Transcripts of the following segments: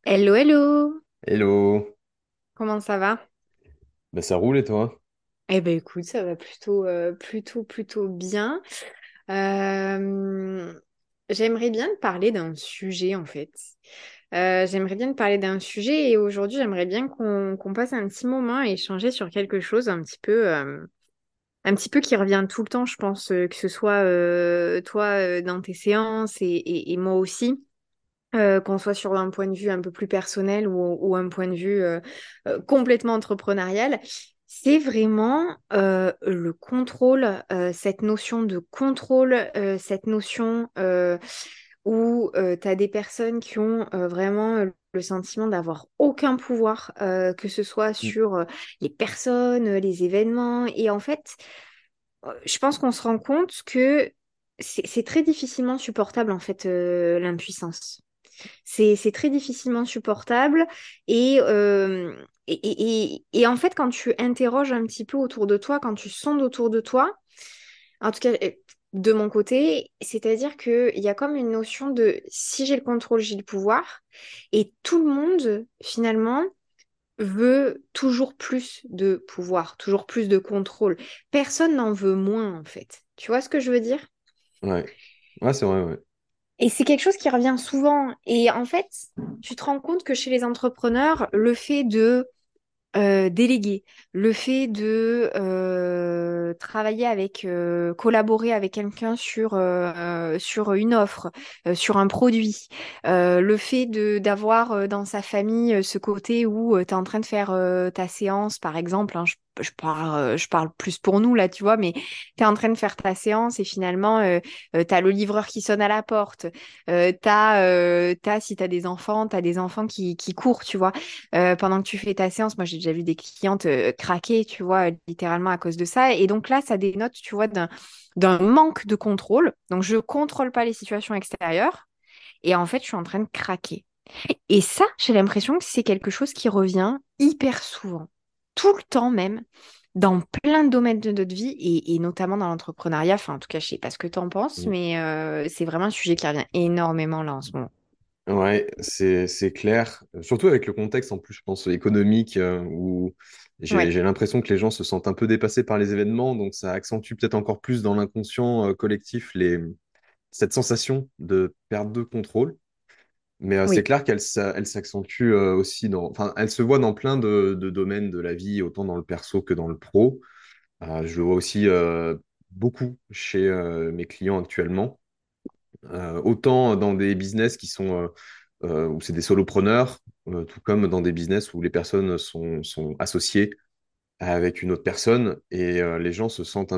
Hello, hello! Hello, Comment ça va? bah ça roule et toi? Eh ben écoute, ça va plutôt bien. Euh, J'aimerais bien te parler d'un sujet en fait. J'aimerais bien te parler d'un sujet et aujourd'hui j'aimerais bien qu'on passe un petit moment à échanger sur quelque chose un petit peu qui revient tout le temps, je pense, que ce soit toi dans tes séances et moi aussi. Qu'on soit sur un point de vue un peu plus personnel ou un point de vue complètement entrepreneurial, c'est vraiment le contrôle, cette notion de contrôle, cette notion où tu as des personnes qui ont vraiment le sentiment d'avoir aucun pouvoir, que ce soit Mm. sur les personnes, les événements. Et en fait, je pense qu'on se rend compte que c'est très difficilement supportable, en fait, l'impuissance. C'est très difficilement supportable. Et en fait, quand tu interroges un petit peu autour de toi, quand tu sondes autour de toi, en tout cas, de mon côté, c'est-à-dire qu'il y a comme une notion de si j'ai le contrôle, j'ai le pouvoir. Et tout le monde, finalement, veut toujours plus de pouvoir, toujours plus de contrôle. Personne n'en veut moins, en fait. Tu vois ce que je veux dire? Ouais, ouais, c'est vrai, ouais. Et c'est quelque chose qui revient souvent. Et en fait, tu te rends compte que chez les entrepreneurs, le fait de déléguer, le fait de travailler avec, collaborer avec quelqu'un sur une offre, sur un produit, le fait d'avoir dans sa famille ce côté où tu es en train de faire ta séance, par exemple, hein, je parle plus pour nous là, tu vois, mais tu es en train de faire ta séance et finalement, tu as le livreur qui sonne à la porte, si tu as des enfants, tu as des enfants qui courent, tu vois pendant que tu fais ta séance. Moi, j'ai déjà vu des clientes craquer, tu vois, littéralement à cause de ça. Et donc là, ça dénote, tu vois, d'un manque de contrôle. Donc, je contrôle pas les situations extérieures. Et en fait, je suis en train de craquer. Et ça, j'ai l'impression que c'est quelque chose qui revient hyper souvent, tout le temps même, dans plein de domaines de notre vie et notamment dans l'entrepreneuriat. Enfin, en tout cas, je sais pas ce que tu en penses, Mm. mais c'est vraiment un sujet qui revient énormément là en ce moment. Ouais, c'est clair. Surtout avec le contexte en plus, je pense, économique, où Ouais, j'ai l'impression que les gens se sentent un peu dépassés par les événements, donc ça accentue peut-être encore plus dans l'inconscient collectif cette sensation de perte de contrôle. Mais c'est oui, clair elle s'accentue aussi enfin, elle se voit dans plein de domaines de la vie, autant dans le perso que dans le pro. Je le vois aussi beaucoup chez mes clients actuellement. Autant dans des business où c'est des solopreneurs, tout comme dans des business où les personnes sont associées avec une autre personne et les gens se sentent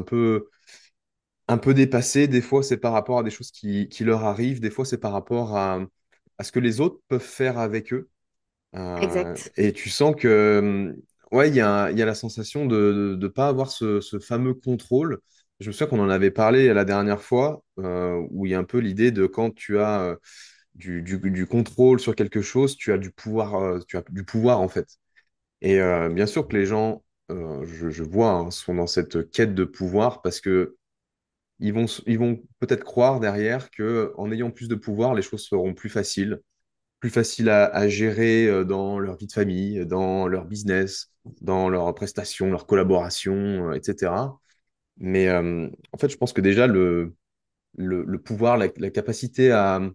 un peu dépassés. Des fois, c'est par rapport à des choses qui leur arrivent, des fois, c'est par rapport à ce que les autres peuvent faire avec eux. exact. Et tu sens que, ouais, il y a la sensation de ne pas avoir ce fameux contrôle. Je me souviens qu'on en avait parlé la dernière fois, où il y a un peu l'idée de quand tu as du contrôle sur quelque chose, tu as du pouvoir en fait. Et bien sûr que les gens, je vois, hein, sont dans cette quête de pouvoir parce que ils vont peut-être croire derrière que en ayant plus de pouvoir, les choses seront plus faciles à gérer dans leur vie de famille, dans leur business, dans leurs prestations, leurs collaborations, etc. Mais en fait, je pense que déjà, le pouvoir, la capacité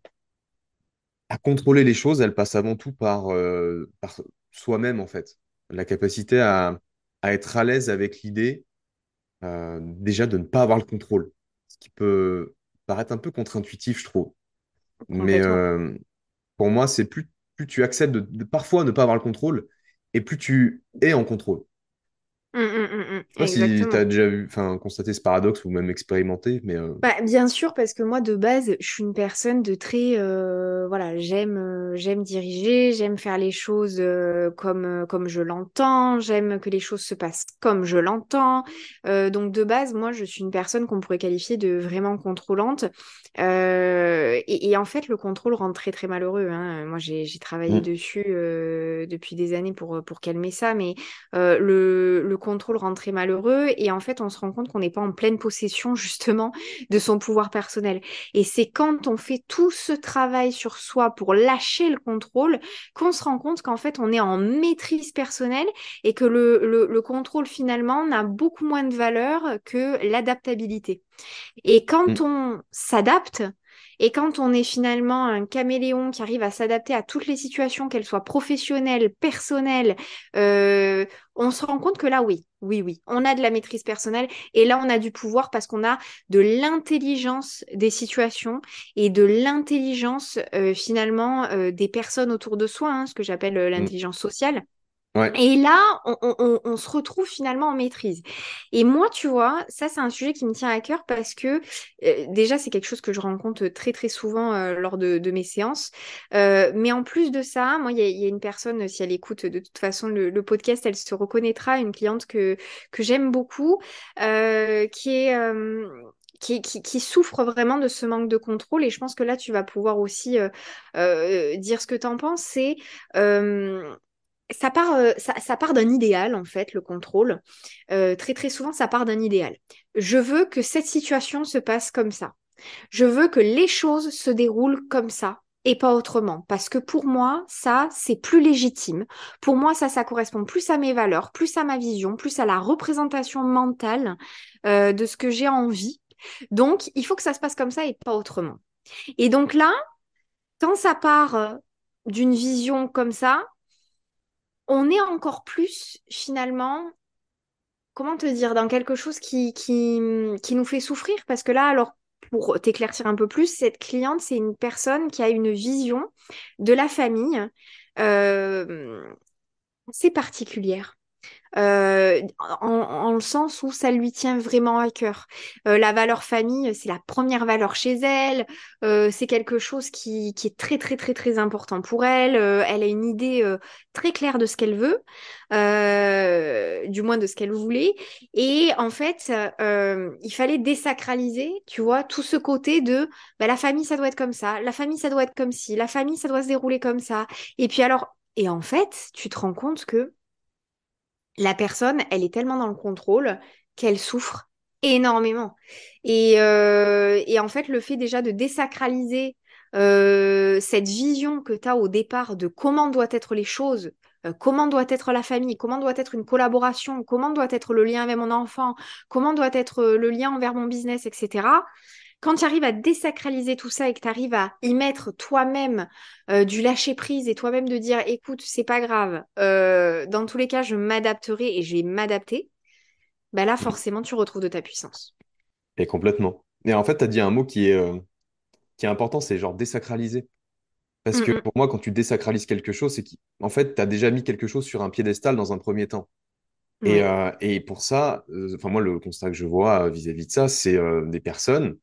à contrôler les choses, elle passe avant tout par soi-même, en fait. La capacité à être à l'aise avec l'idée, déjà, de ne pas avoir le contrôle. Ce qui peut paraître un peu contre-intuitif, je trouve. Mais Complètement. pour moi, c'est plus tu acceptes de parfois ne pas avoir le contrôle, et plus tu es en contrôle. Je sais pas si tu Exactement. as déjà vu, enfin, constaté ce paradoxe ou même expérimenté, mais Bah, bien sûr, parce que moi, de base, je suis une personne de très... voilà, j'aime diriger, j'aime faire les choses comme je l'entends, j'aime que les choses se passent comme je l'entends. Donc, de base, moi, je suis une personne qu'on pourrait qualifier de vraiment contrôlante. Et en fait, le contrôle rend très, très malheureux, hein. Moi, j'ai travaillé mm, dessus depuis des années pour calmer ça, mais le contrôle rend très malheureux et en fait, on se rend compte qu'on n'est pas en pleine possession justement de son pouvoir personnel. Et c'est quand on fait tout ce travail sur soi pour lâcher le contrôle qu'on se rend compte qu'en fait, on est en maîtrise personnelle et que le contrôle finalement n'a beaucoup moins de valeur que l'adaptabilité. Et quand Mm, on s'adapte, et quand on est finalement un caméléon qui arrive à s'adapter à toutes les situations, qu'elles soient professionnelles, personnelles, euh, on se rend compte que là, oui, oui, oui, on a de la maîtrise personnelle et là, on a du pouvoir parce qu'on a de l'intelligence des situations et de l'intelligence finalement des personnes autour de soi, hein, ce que j'appelle mm. l'intelligence sociale. Ouais. Et là, on se retrouve finalement en maîtrise. Et moi, tu vois, ça, c'est un sujet qui me tient à cœur parce que déjà, c'est quelque chose que je rencontre très, très souvent lors de mes séances. Mais en plus de ça, moi, il y a une personne, si elle écoute de toute façon le podcast, elle se reconnaîtra, une cliente que j'aime beaucoup, qui est... qui souffre vraiment de ce manque de contrôle. Et je pense que là, tu vas pouvoir aussi dire ce que tu en penses. C'est ça part d'un idéal, en fait, le contrôle. Très, très souvent, ça part d'un idéal. Je veux que cette situation se passe comme ça. Je veux que les choses se déroulent comme ça et pas autrement. Parce que pour moi, ça, c'est plus légitime. Pour moi, ça correspond plus à mes valeurs, plus à ma vision, plus à la représentation mentale de ce que j'ai envie. Donc, il faut que ça se passe comme ça et pas autrement. Et donc là, quand ça part d'une vision comme ça, on est encore plus finalement, comment te dire, dans quelque chose qui nous fait souffrir. Parce que là, alors, pour t'éclaircir un peu plus, cette cliente, c'est une personne qui a une vision de la famille euh, assez particulière. En le sens où ça lui tient vraiment à cœur. La valeur famille, c'est la première valeur chez elle. C'est quelque chose qui est très, très, très, très important pour elle. Elle a une idée très claire de ce qu'elle veut, du moins de ce qu'elle voulait. Et en fait, il fallait désacraliser, tu vois, tout ce côté de bah, la famille, ça doit être comme ça. La famille, ça doit être comme ci. La famille, ça doit se dérouler comme ça. Et puis alors, et en fait, tu te rends compte que la personne, elle est tellement dans le contrôle qu'elle souffre énormément. Et en fait, le fait déjà de désacraliser cette vision que tu as au départ de comment doivent être les choses, comment doit être la famille, comment doit être une collaboration, comment doit être le lien avec mon enfant, comment doit être le lien envers mon business, etc. Quand tu arrives à désacraliser tout ça et que tu arrives à y mettre toi-même du lâcher-prise et toi-même de dire, écoute, c'est pas grave, dans tous les cas, je m'adapterai et je vais m'adapter, bah là, Mm. forcément, tu retrouves de ta puissance. Et complètement. Et en fait, tu as dit un mot qui est important, c'est genre désacraliser. Parce Mm, que mm. pour moi, quand tu désacralises quelque chose, c'est qu'en fait, tu as déjà mis quelque chose sur un piédestal dans un premier temps. Ouais, Et pour ça, enfin moi, le constat que je vois vis-à-vis de ça, c'est des personnes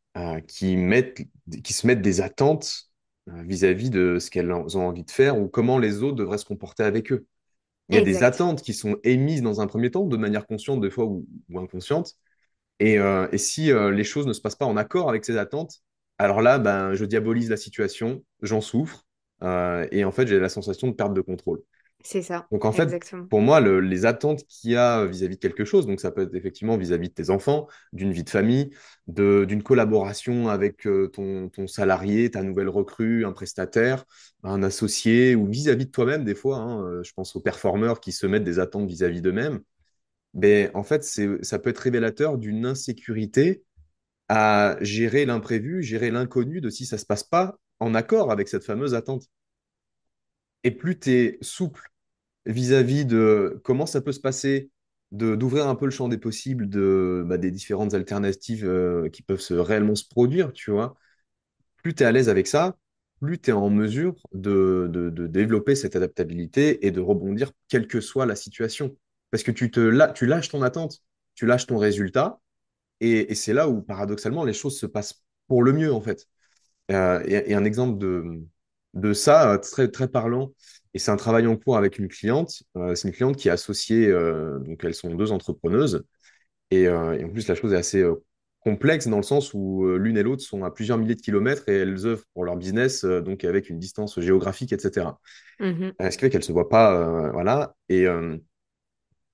qui se mettent des attentes vis-à-vis de ce qu'elles ont envie de faire ou comment les autres devraient se comporter avec eux. Il y a des exact. attentes qui sont émises dans un premier temps, de manière consciente des fois ou inconsciente. Et si les choses ne se passent pas en accord avec ces attentes, alors là, ben, je diabolise la situation, j'en souffre, et en fait, j'ai la sensation de perte de contrôle. C'est ça, Donc en fait, exactement. pour moi, les attentes qu'il y a vis-à-vis de quelque chose, donc ça peut être effectivement vis-à-vis de tes enfants, d'une vie de famille, d'une collaboration avec ton salarié, ta nouvelle recrue, un prestataire, un associé, ou vis-à-vis de toi-même des fois, hein, je pense aux performeurs qui se mettent des attentes vis-à-vis d'eux-mêmes, mais en fait, ça peut être révélateur d'une insécurité à gérer l'imprévu, gérer l'inconnu de si ça se passe pas en accord avec cette fameuse attente. Et plus tu es souple vis-à-vis de comment ça peut se passer, d'ouvrir un peu le champ des possibles des différentes alternatives qui peuvent réellement se produire, tu vois. Plus tu es à l'aise avec ça, plus tu es en mesure de développer cette adaptabilité et de rebondir quelle que soit la situation. Parce que tu lâches ton attente, tu lâches ton résultat, et c'est là où, paradoxalement, les choses se passent pour le mieux, en fait. Et un exemple de ça, très, très parlant, et c'est un travail en cours avec une cliente. C'est une cliente qui est associée, donc elles sont deux entrepreneuses. Et en plus, la chose est assez complexe dans le sens où l'une et l'autre sont à plusieurs milliers de kilomètres et elles œuvrent pour leur business, donc avec une distance géographique, etc. Mhm. Ce qui fait qu'elles ne se voient pas, voilà.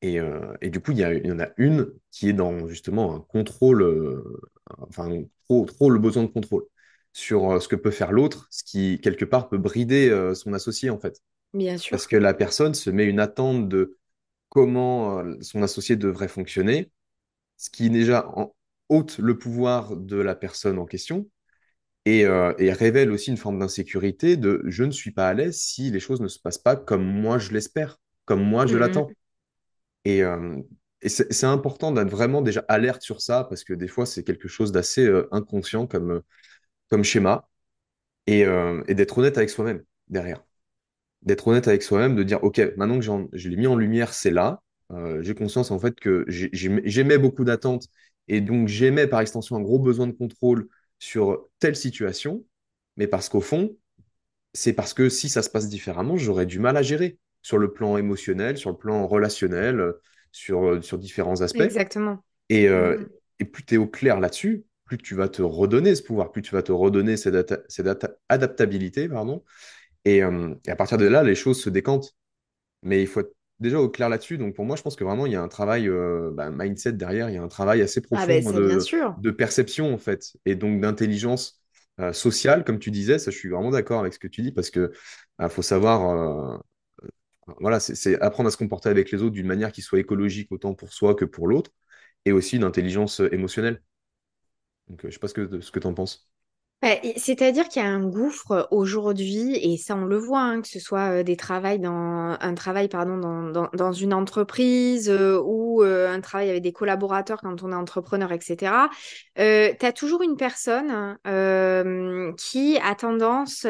Et du coup, il y en a une qui est dans justement un contrôle, enfin, trop le besoin de contrôle sur ce que peut faire l'autre, ce qui, quelque part, peut brider son associé, en fait. Bien Parce sûr. que la personne se met une attente de comment son associé devrait fonctionner, ce qui déjà ôte le pouvoir de la personne en question et révèle aussi une forme d'insécurité de je ne suis pas à l'aise si les choses ne se passent pas comme moi je l'espère, comme moi je Mm, l'attends. Et, c'est important d'être vraiment déjà alerte sur ça parce que des fois c'est quelque chose d'assez inconscient comme schéma et d'être honnête avec soi-même derrière. D'être honnête avec soi-même, de dire, OK, maintenant que je l'ai mis en lumière, c'est là. J'ai conscience en fait que j'aimais beaucoup d'attentes et donc j'aimais par extension un gros besoin de contrôle sur telle situation, mais parce qu'au fond, c'est parce que si ça se passe différemment, j'aurais du mal à gérer sur le plan émotionnel, sur le plan relationnel, sur différents aspects. exactement. Et, Mm, euh, mm. et plus tu es au clair là-dessus, plus tu vas te redonner ce pouvoir, plus tu vas te redonner cette adaptabilité, pardon. Et à partir de là, les choses se décantent. Mais il faut être déjà au clair là-dessus. Donc pour moi, je pense que vraiment, il y a un travail mindset derrière, il y a un travail assez Ah ben profond ça, bien sûr. de perception, en fait, et donc d'intelligence sociale, comme tu disais. Ça, je suis vraiment d'accord avec ce que tu dis, parce que faut savoir, voilà, c'est apprendre à se comporter avec les autres d'une manière qui soit écologique autant pour soi que pour l'autre, et aussi d'intelligence émotionnelle. Donc je sais pas ce que tu en penses. C'est-à-dire qu'il y a un gouffre aujourd'hui, et ça on le voit, hein, que ce soit un travail pardon, dans une entreprise ou un travail avec des collaborateurs quand on est entrepreneur, etc. Tu as toujours une personne qui a tendance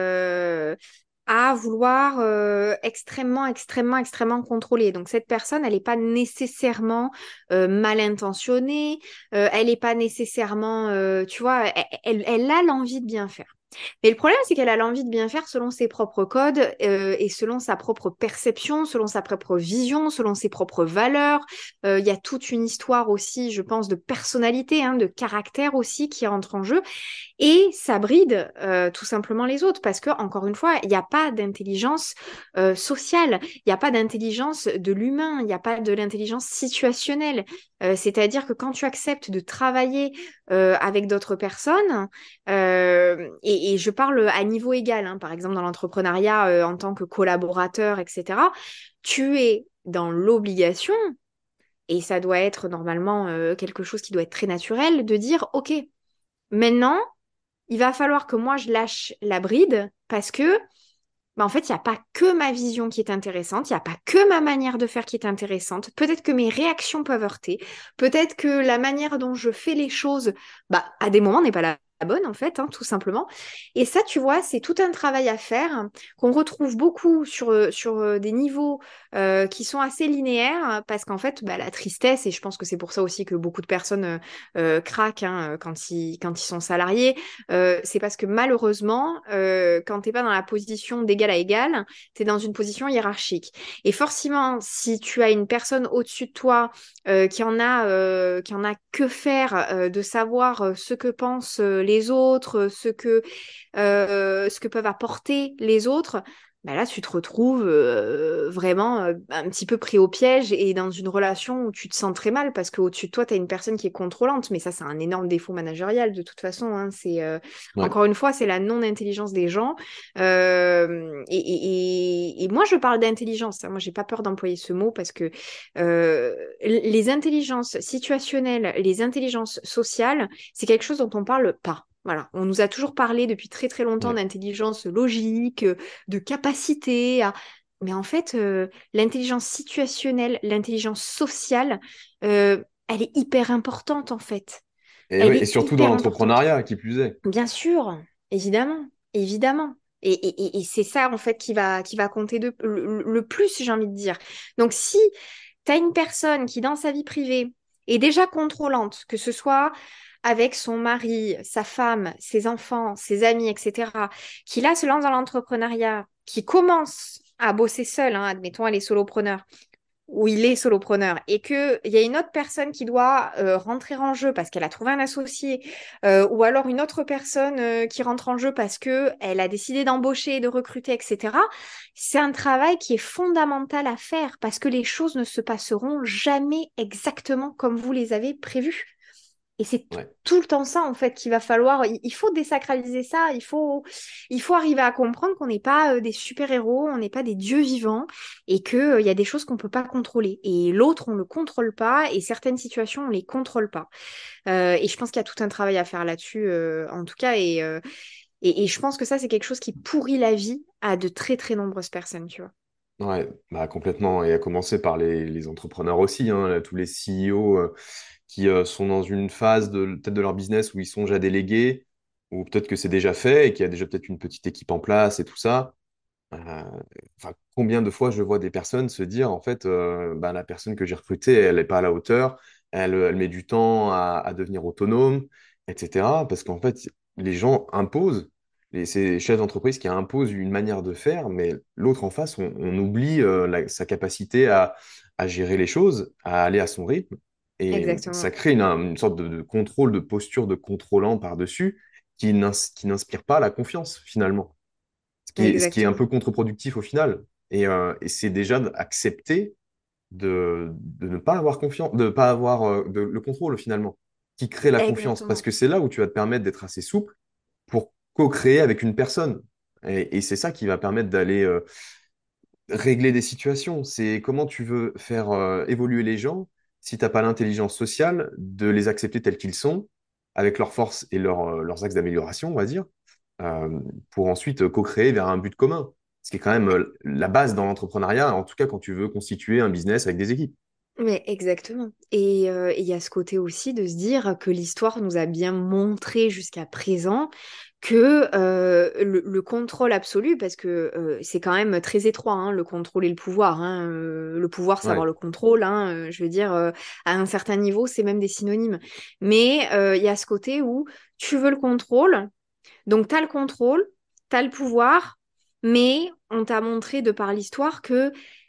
à vouloir extrêmement contrôler. Donc cette personne, elle n'est pas nécessairement mal intentionnée, elle n'est pas nécessairement, tu vois, elle a l'envie de bien faire. Mais le problème, c'est qu'elle a l'envie de bien faire selon ses propres codes et selon sa propre perception, selon sa propre vision, selon ses propres valeurs. Il y a toute une histoire aussi, je pense, de personnalité, hein, de caractère aussi qui rentre en jeu. Et ça bride tout simplement les autres parce que, encore une fois, il n'y a pas d'intelligence sociale, il n'y a pas d'intelligence de l'humain, il n'y a pas de l'intelligence situationnelle. C'est-à-dire que quand tu acceptes de travailler avec d'autres personnes, et je parle à niveau égal, hein, par exemple dans l'entrepreneuriat en tant que collaborateur, etc., tu es dans l'obligation, et ça doit être normalement quelque chose qui doit être très naturel, de dire, OK, maintenant, il va falloir que moi je lâche la bride parce que bah, en fait, il n'y a pas que ma vision qui est intéressante, il n'y a pas que ma manière de faire qui est intéressante. Peut-être que mes réactions peuvent heurter, peut-être que la manière dont je fais les choses, bah, à des moments n'est pas la bonne en fait, hein, tout simplement. Et ça, tu vois, c'est tout un travail à faire qu'on retrouve beaucoup sur des niveaux qui sont assez linéaires parce qu'en fait, bah, la tristesse, et je pense que c'est pour ça aussi que beaucoup de personnes craquent hein, quand ils sont salariés, c'est parce que malheureusement, quand t'es pas dans la position d'égal à égal, tu es dans une position hiérarchique. Et forcément, si tu as une personne au-dessus de toi qui en a que faire de savoir ce que pensent les autres, ce que peuvent apporter les autres, bah là, tu te retrouves vraiment un petit peu pris au piège et dans une relation où tu te sens très mal parce qu'au-dessus de toi, tu as une personne qui est contrôlante. Mais ça, c'est un énorme défaut managérial de toute façon. Hein. Ouais. Encore une fois, c'est la non-intelligence des gens. Et moi, je parle d'intelligence. Hein. Moi, j'ai pas peur d'employer ce mot parce que les intelligences situationnelles, les intelligences sociales, c'est quelque chose dont on parle pas. Voilà, on nous a toujours parlé depuis très très longtemps Ouais. d'intelligence logique, de capacité à... Mais en fait, l'intelligence situationnelle, l'intelligence sociale, elle est hyper importante en fait. Et, Elle oui, et est surtout dans hyper importante. l'entrepreneuriat, qui plus est. Bien sûr, évidemment, évidemment. Et c'est ça en fait qui va compter le plus, j'ai envie de dire. Donc si tu as une personne qui, dans sa vie privée, est déjà contrôlante, que ce soit avec son mari, sa femme, ses enfants, ses amis, etc., qui là se lance dans l'entrepreneuriat, qui commence à bosser seule, hein, admettons, elle est solopreneur, où il est solopreneur et qu'il y a une autre personne qui doit rentrer en jeu parce qu'elle a trouvé un associé, ou alors une autre personne qui rentre en jeu parce qu'elle a décidé d'embaucher, de recruter, etc., c'est un travail qui est fondamental à faire parce que les choses ne se passeront jamais exactement comme vous les avez prévues. Et c'est Ouais. tout le temps ça, en fait, qu'il va falloir. Il faut désacraliser ça. Il faut arriver à comprendre qu'on n'est pas des super-héros, on n'est pas des dieux vivants et qu'il y a des choses qu'on ne peut pas contrôler. Et l'autre, on ne le contrôle pas et certaines situations, on ne les contrôle pas. Et je pense qu'il y a tout un travail à faire là-dessus, en tout cas. Et je pense que ça, c'est quelque chose qui pourrit la vie à de très, très nombreuses personnes, tu vois. Ouais, bah complètement. Et à commencer par les entrepreneurs aussi, hein, là, tous les CEO qui sont dans une phase de peut-être de leur business où ils songent à déléguer, ou peut-être que c'est déjà fait et qu'il y a déjà peut-être une petite équipe en place et tout ça. Euh, enfin, combien de fois je vois des personnes se dire, en fait, bah, la personne que j'ai recrutée, elle n'est pas à la hauteur, elle met du temps à devenir autonome, etc. Parce qu'en fait, les gens imposent, ces chefs d'entreprise qui imposent une manière de faire, mais l'autre en face, on oublie sa capacité à gérer les choses, à aller à son rythme. Et ça Exactement. crée une sorte de contrôle, de posture de contrôlant par-dessus qui n'inspire pas la confiance, finalement ce qui est un Exactement. peu contre-productif au final. Et c'est déjà d'accepter de ne pas avoir confiance, de ne pas avoir le contrôle finalement, qui crée la confiance. Parce Exactement. que c'est là où tu vas te permettre d'être assez souple pour co-créer avec une personne. Et c'est ça qui va permettre d'aller régler des situations. C'est comment tu veux faire évoluer les gens si tu n'as pas l'intelligence sociale de les accepter tels qu'ils sont, avec leurs forces et leurs axes d'amélioration, on va dire, pour ensuite co-créer vers un but commun. Ce qui est quand même la base dans l'entrepreneuriat, en tout cas quand tu veux constituer un business avec des équipes. Mais exactement. Et il y a ce côté aussi de se dire que l'histoire nous a bien montré jusqu'à présent que le contrôle absolu, parce que c'est quand même très étroit, hein, le contrôle et le pouvoir. Hein, le pouvoir, c'est avoir Ouais. le contrôle. Hein, je veux dire, à un certain niveau, c'est même des synonymes. Mais il y a ce côté où tu veux le contrôle, donc tu as le contrôle, tu as le pouvoir, mais on t'a montré de par l'histoire que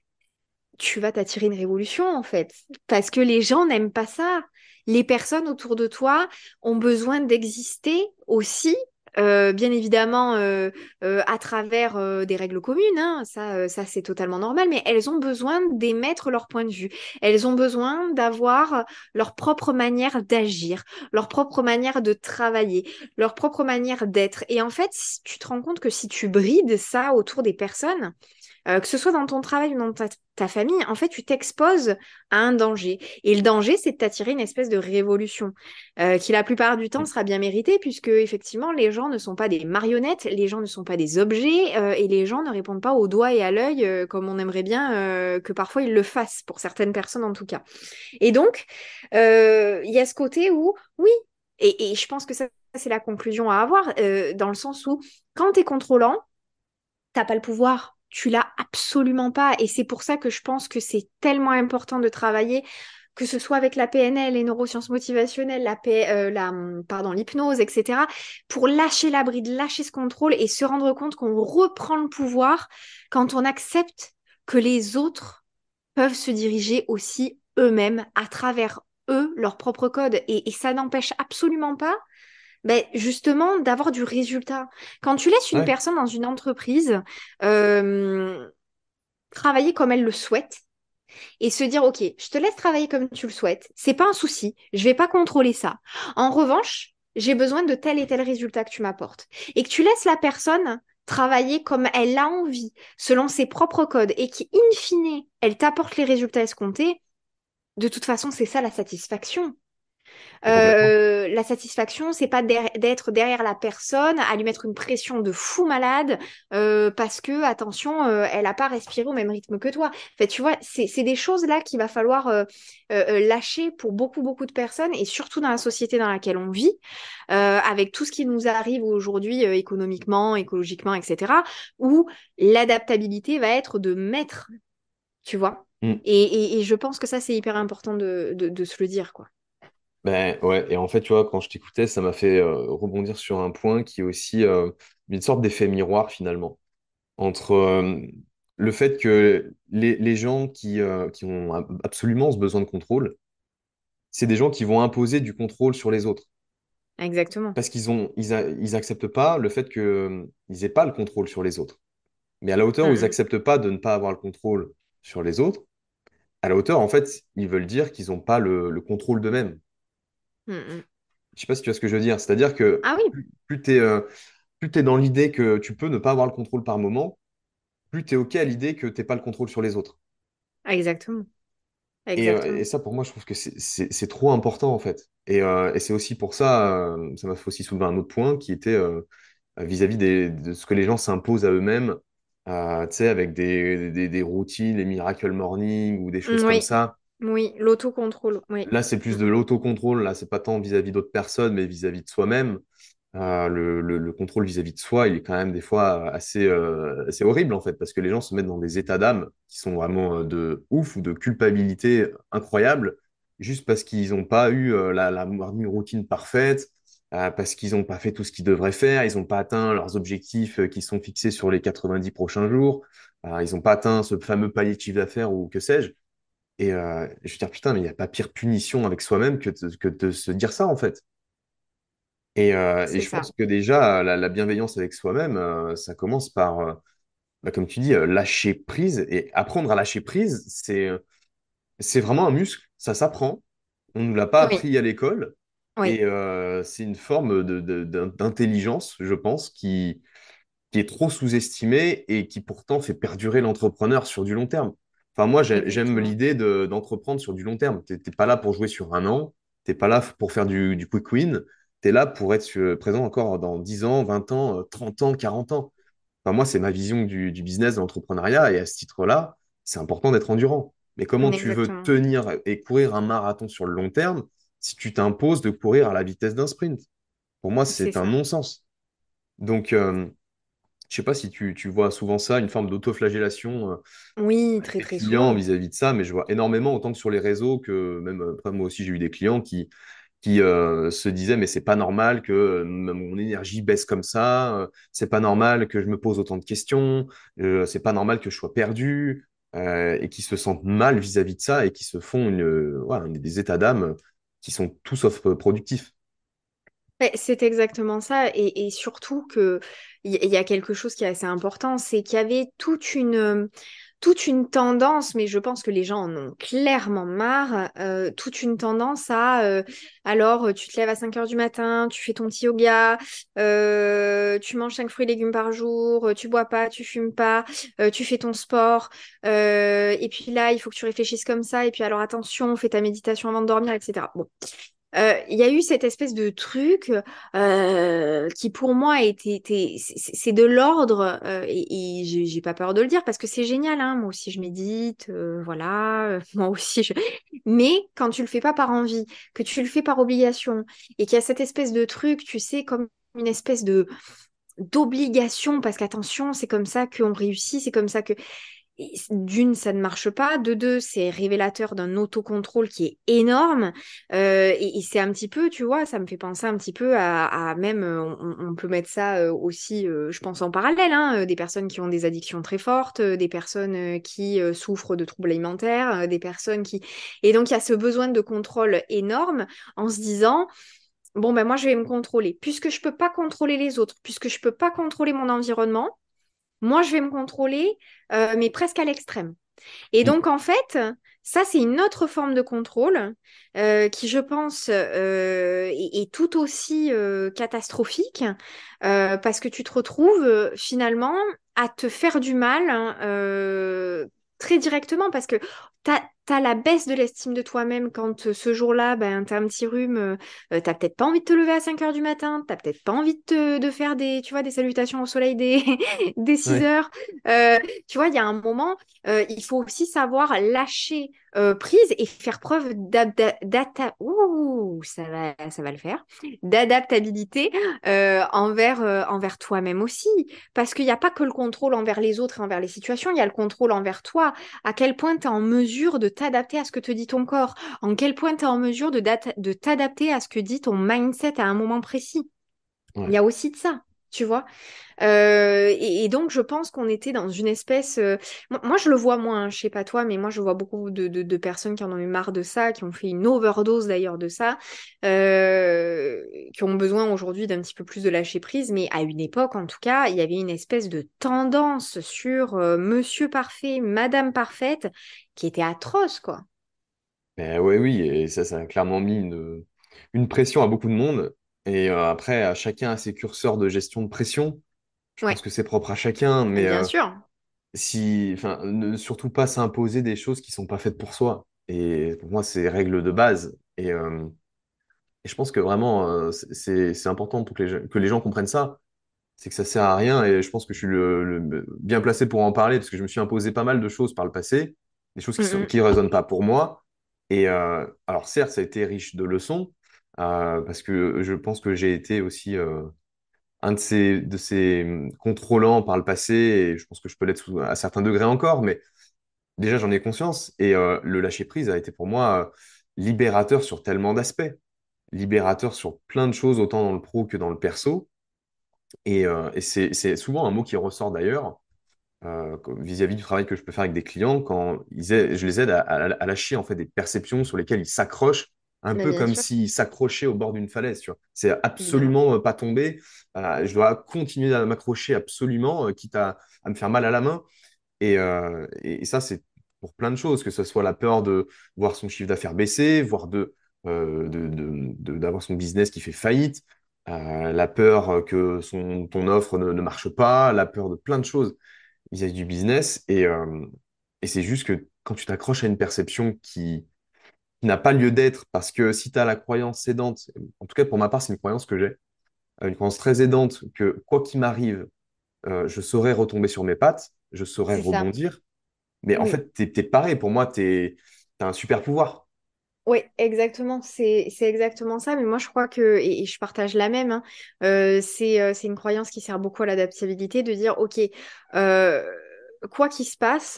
tu vas t'attirer une révolution en fait, parce que les gens n'aiment pas ça. Les personnes autour de toi ont besoin d'exister aussi, bien évidemment à travers des règles communes, hein, ça c'est totalement normal, mais elles ont besoin d'émettre leur point de vue. Elles ont besoin d'avoir leur propre manière d'agir, leur propre manière de travailler, leur propre manière d'être. Et en fait, tu te rends compte que si tu brides ça autour des personnes, que ce soit dans ton travail ou dans ta famille, en fait, tu t'exposes à un danger. Et le danger, c'est de t'attirer une espèce de révolution, qui la plupart du temps Mm. sera bien méritée, puisque effectivement, les gens ne sont pas des marionnettes, les gens ne sont pas des objets, et les gens ne répondent pas au doigt et à l'œil, comme on aimerait bien que parfois ils le fassent, pour certaines personnes en tout cas. Et donc, il y a ce côté où, oui, et je pense que ça, c'est la conclusion à avoir, dans le sens où, quand tu es contrôlant, t'as pas le pouvoir. Tu l'as absolument pas. Et c'est pour ça que je pense que c'est tellement important de travailler, que ce soit avec la PNL, les neurosciences motivationnelles, pardon, l'hypnose, etc., pour lâcher la bride, lâcher ce contrôle et se rendre compte qu'on reprend le pouvoir quand on accepte que les autres peuvent se diriger aussi eux-mêmes à travers eux, leur propre code. Et ça n'empêche absolument pas ben, justement, d'avoir du résultat. Quand tu laisses une Ouais, personne dans une entreprise euh, travailler comme elle le souhaite et se dire, OK, je te laisse travailler comme tu le souhaites, c'est pas un souci, je vais pas contrôler ça. En revanche, j'ai besoin de tel et tel résultat que tu m'apportes. Et que tu laisses la personne travailler comme elle a envie, selon ses propres codes, et qui, in fine, elle t'apporte les résultats escomptés, de toute façon, c'est ça la satisfaction. complètement. La satisfaction, c'est pas d'être derrière la personne, à lui mettre une pression de fou malade, parce que, attention, elle a pas respiré au même rythme que toi. En fait, tu vois, c'est des choses là qu'il va falloir lâcher pour beaucoup, beaucoup de personnes, et surtout dans la société dans laquelle on vit, avec tout ce qui nous arrive aujourd'hui, économiquement, écologiquement, etc., où l'adaptabilité va être de maître, tu vois. Mm. Et je pense que ça, c'est hyper important de se le dire, quoi. Ben ouais, et en fait, tu vois, quand je t'écoutais, ça m'a fait rebondir sur un point qui est aussi une sorte d'effet miroir finalement entre le fait que les gens qui ont absolument ce besoin de contrôle, c'est des gens qui vont imposer du contrôle sur les autres. Exactement. Parce ils acceptent pas le fait qu'ils aient pas le contrôle sur les autres. Mais à la hauteur où ils Mm, acceptent pas de ne pas avoir le contrôle sur les autres, à la hauteur, en fait, ils veulent dire qu'ils n'ont pas le contrôle d'eux-mêmes. mm, mm. Je sais pas si tu vois ce que je veux dire. C'est-à-dire que Ah oui, plus tu es, plus t'es dans l'idée que tu peux ne pas avoir le contrôle par moment, plus tu es OK à l'idée que tu n'es pas le contrôle sur les autres. exactement. Et Exactement. ça, pour moi, je trouve que c'est trop important, en fait. Et c'est aussi pour ça, ça m'a fait aussi soulever un autre point qui était vis-à-vis de ce que les gens s'imposent à eux-mêmes, tu sais, avec des routines, les Miracle Morning ou des choses comme Oui, ça. oui, l'autocontrôle, oui. Là, c'est Mm, plus de l'autocontrôle. Là, c'est pas tant vis-à-vis d'autres personnes, mais vis-à-vis de soi-même. Le contrôle vis-à-vis de soi, il est quand même des fois assez horrible, en fait, parce que les gens se mettent dans des états d'âme qui sont vraiment de ouf ou de culpabilité incroyable, juste parce qu'ils n'ont pas eu la morning routine parfaite, parce qu'ils n'ont pas fait tout ce qu'ils devraient faire, ils n'ont pas atteint leurs objectifs qui sont fixés sur les 90 prochains jours, ils n'ont pas atteint ce fameux palier de chiffre d'affaires ou que sais-je. Et je veux dire, putain, mais il n'y a pas pire punition avec soi-même que de se dire ça, en fait. Et c'est je ça. pense que déjà, la bienveillance avec soi-même, ça commence par, comme tu dis, lâcher prise. Et apprendre à lâcher prise, c'est vraiment un muscle, ça s'apprend. On ne nous l'a pas Oui, appris à l'école. oui, Et c'est une forme d'intelligence, je pense, qui est trop sous-estimé et qui pourtant fait perdurer l'entrepreneur sur du long terme. Enfin, moi, j'aime exactement. l'idée d'entreprendre sur du long terme. T'es pas là pour jouer sur un an, t'es pas là pour faire du quick win, tu es là pour être présent encore dans 10 ans, 20 ans, 30 ans, 40 ans. Enfin, moi, c'est ma vision du business, de l'entrepreneuriat, et à ce titre-là, c'est important d'être endurant. Mais comment tu veux Exactement. tenir et courir un marathon sur le long terme si tu t'imposes de courir à la vitesse d'un sprint? Pour moi, C'est c'est un ça. non-sens. Donc, je sais pas si tu vois souvent ça, une forme d'autoflagellation Oui, avec très tes très clients souvent. vis-à-vis de ça, mais je vois énormément, autant que sur les réseaux que même après moi aussi j'ai eu des clients qui se disaient mais c'est pas normal que mon énergie baisse comme ça, c'est pas normal que je me pose autant de questions, c'est pas normal que je sois perdu et qui se sentent mal vis-à-vis de ça et qui se font voilà, des états d'âme qui sont tout sauf productifs. C'est exactement ça. Et surtout que il y a quelque chose qui est assez important, c'est qu'il y avait toute une tendance, mais je pense que les gens en ont clairement marre, toute une tendance alors tu te lèves à 5 heures du matin, tu fais ton petit yoga, tu manges 5 fruits et légumes par jour, tu bois pas, tu fumes pas, tu fais ton sport, et puis là, il faut que tu réfléchisses comme ça, et puis alors attention, fais ta méditation avant de dormir, etc. Bon. Il y a eu cette espèce de truc qui pour moi c'est de l'ordre et j'ai pas peur de le dire parce que c'est génial hein. Moi aussi je médite voilà moi aussi mais quand tu le fais pas par envie, que tu le fais par obligation et qu'il y a cette espèce de truc tu sais comme une espèce de d'obligation parce qu'attention c'est comme ça qu'on réussit, c'est comme ça que d'une, ça ne marche pas. De deux, c'est révélateur d'un autocontrôle qui est énorme. Et c'est un petit peu, tu vois, ça me fait penser un petit peu à même, on peut mettre ça aussi, je pense en parallèle, hein, des personnes qui ont des addictions très fortes, des personnes qui souffrent de troubles alimentaires, des personnes qui... Et donc, il y a ce besoin de contrôle énorme en se disant, bon, ben moi, je vais me contrôler. Puisque je peux pas contrôler les autres, puisque je peux pas contrôler mon environnement, moi, je vais me contrôler, mais presque à l'extrême. Et Mm. donc, en fait, ça, c'est une autre forme de contrôle qui, je pense, est tout aussi catastrophique parce que tu te retrouves finalement à te faire du mal hein, très directement parce que t'as la baisse de l'estime de toi-même quand ce jour-là, ben, t'as un petit rhume, t'as peut-être pas envie de te lever à 5 heures du matin, t'as peut-être pas envie de faire des, tu vois, des salutations au soleil des 6 Ouais. heures. Tu vois, il y a un moment il faut aussi savoir lâcher prise et faire preuve ça va le faire, d'adaptabilité envers toi-même aussi. Parce qu'il n'y a pas que le contrôle envers les autres et envers les situations, il y a le contrôle envers toi. À quel point tu es en mesure de t'adapter à ce que te dit ton corps, en quel point tu es en mesure de t'adapter à ce que dit ton mindset à un moment précis. Il y Ouais. a aussi de ça. tu vois. Et donc, je pense qu'on était dans une espèce. Moi, je le vois moins, hein, je sais pas toi, mais moi, je vois beaucoup de personnes qui en ont eu marre de ça, qui ont fait une overdose d'ailleurs de ça, euh, qui ont besoin aujourd'hui d'un petit peu plus de lâcher prise. Mais à une époque, en tout cas, il y avait une espèce de tendance sur Monsieur Parfait, Madame Parfaite, qui était atroce, quoi. Mais ouais, oui, et ça a clairement mis une pression à beaucoup de monde. Et après, chacun a ses curseurs de gestion de pression. Je pense Ouais, que c'est propre à chacun, mais bien sûr. enfin, ne surtout pas s'imposer des choses qui sont pas faites pour soi. Et pour moi, c'est règle de base. Et je pense que vraiment, c'est important pour que les gens comprennent ça. C'est que ça sert à rien. Et je pense que je suis bien placé pour en parler parce que je me suis imposé pas mal de choses par le passé, des choses Mm, mm. qui résonnent pas pour moi. Et alors, certes, ça a été riche de leçons parce que je pense que j'ai été aussi un de ces contrôlants par le passé. Et je pense que je peux l'être à certains degrés encore, mais déjà, j'en ai conscience. Et le lâcher prise a été pour moi libérateur sur tellement d'aspects, libérateur sur plein de choses, autant dans le pro que dans le perso. Et c'est souvent un mot qui ressort d'ailleurs vis-à-vis du travail que je peux faire avec des clients quand je les aide à lâcher en fait des perceptions sur lesquelles ils s'accrochent, un Mais peu bien comme sûr, s'ils s'accrochaient au bord d'une falaise. Tu vois. C'est évidemment. absolument pas tomber. Je dois continuer à m'accrocher absolument, quitte à me faire mal à la main. Et ça, c'est pour plein de choses, que ce soit la peur de voir son chiffre d'affaires baisser, voire d'avoir son business qui fait faillite, la peur que ton offre ne marche pas, la peur de plein de choses vis-à-vis du business. Et c'est juste que quand tu t'accroches à une perception qui n'a pas lieu d'être, parce que si tu as la croyance aidante, en tout cas pour ma part, c'est une croyance que j'ai, une croyance très aidante que quoi qu'il m'arrive, je saurais retomber sur mes pattes, je saurais C'est ça. rebondir. Mais en Oui. fait, t'es pareil. Pour moi, t'as un super pouvoir. Oui, exactement. C'est exactement ça. Mais moi, je crois que, et je partage la même, hein, c'est une croyance qui sert beaucoup à l'adaptabilité, de dire, OK, euh, quoi qu'il se passe,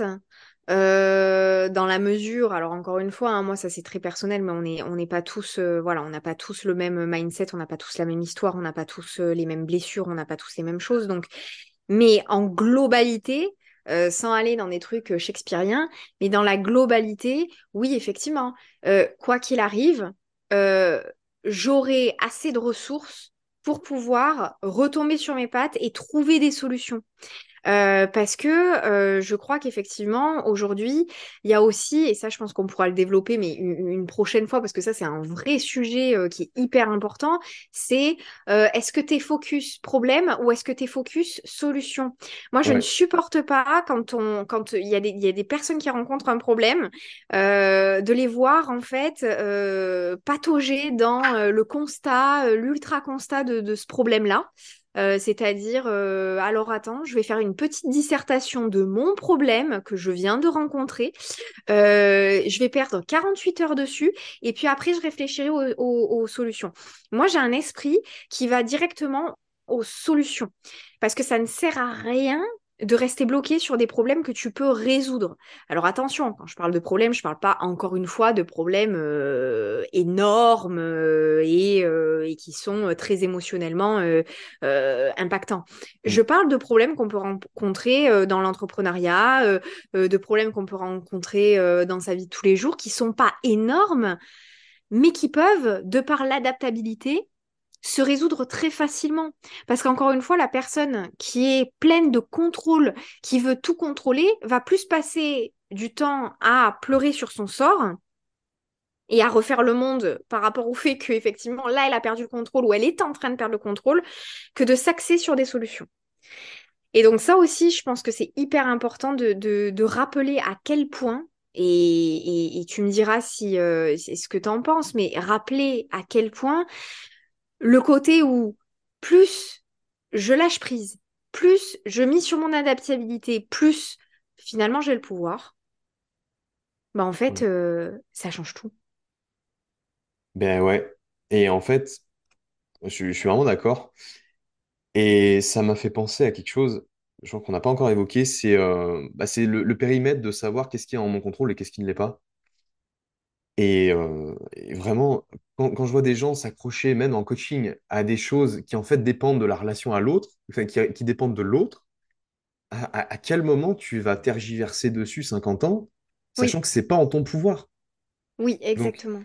dans la mesure, alors encore une fois, hein, moi, ça c'est très personnel, mais on n'est pas tous, voilà, on n'a pas tous le même mindset, on n'a pas tous la même histoire, on n'a pas tous les mêmes blessures, on n'a pas tous les mêmes choses. Donc, mais en globalité, sans aller dans des trucs shakespeariens, mais dans la globalité, oui, effectivement, quoi qu'il arrive, euh, j'aurai assez de ressources pour pouvoir retomber sur mes pattes et trouver des solutions. Parce que je crois qu'effectivement, aujourd'hui, il y a aussi, et ça je pense qu'on pourra le développer, mais une prochaine fois, parce que ça c'est un vrai sujet qui est hyper important, c'est est-ce que tu es focus problème ou est-ce que tu es focus solution? Moi, je ne Ouais, supporte pas quand il y a des personnes qui rencontrent un problème, de les voir en fait patauger dans le constat, l'ultra constat de ce problème-là. C'est-à-dire, alors attends, je vais faire une petite dissertation de mon problème que je viens de rencontrer. Je vais perdre 48 heures dessus et puis après, je réfléchirai aux solutions. Moi, j'ai un esprit qui va directement aux solutions parce que ça ne sert à rien de rester bloqué sur des problèmes que tu peux résoudre. Alors attention, quand je parle de problèmes, je parle pas encore une fois de problèmes énormes et qui sont très émotionnellement impactants. mm, Je parle de problèmes qu'on peut rencontrer dans l'entrepreneuriat, de problèmes qu'on peut rencontrer dans sa vie de tous les jours, qui sont pas énormes, mais qui peuvent, de par l'adaptabilité, se résoudre très facilement. Parce qu'encore une fois, la personne qui est pleine de contrôle, qui veut tout contrôler, va plus passer du temps à pleurer sur son sort et à refaire le monde par rapport au fait qu'effectivement, là, elle a perdu le contrôle ou elle est en train de perdre le contrôle, que de s'axer sur des solutions. Et donc ça aussi, je pense que c'est hyper important de rappeler à quel point, et tu me diras si c'est ce que tu en penses, mais rappeler à quel point le côté où plus je lâche prise, plus je mise sur mon adaptabilité, plus finalement j'ai le pouvoir, bah en fait, mm. ça change tout. Ben ouais. Et en fait, je suis vraiment d'accord. Et ça m'a fait penser à quelque chose, je crois qu'on n'a pas encore évoqué, c'est c'est le périmètre de savoir qu'est-ce qui est en mon contrôle et qu'est-ce qui ne l'est pas. Et vraiment, quand je vois des gens s'accrocher, même en coaching, à des choses qui en fait dépendent de la relation à l'autre, enfin, qui dépendent de l'autre, à quel moment tu vas tergiverser dessus 50 ans, Oui, sachant que c'est pas en ton pouvoir? oui, Donc, exactement.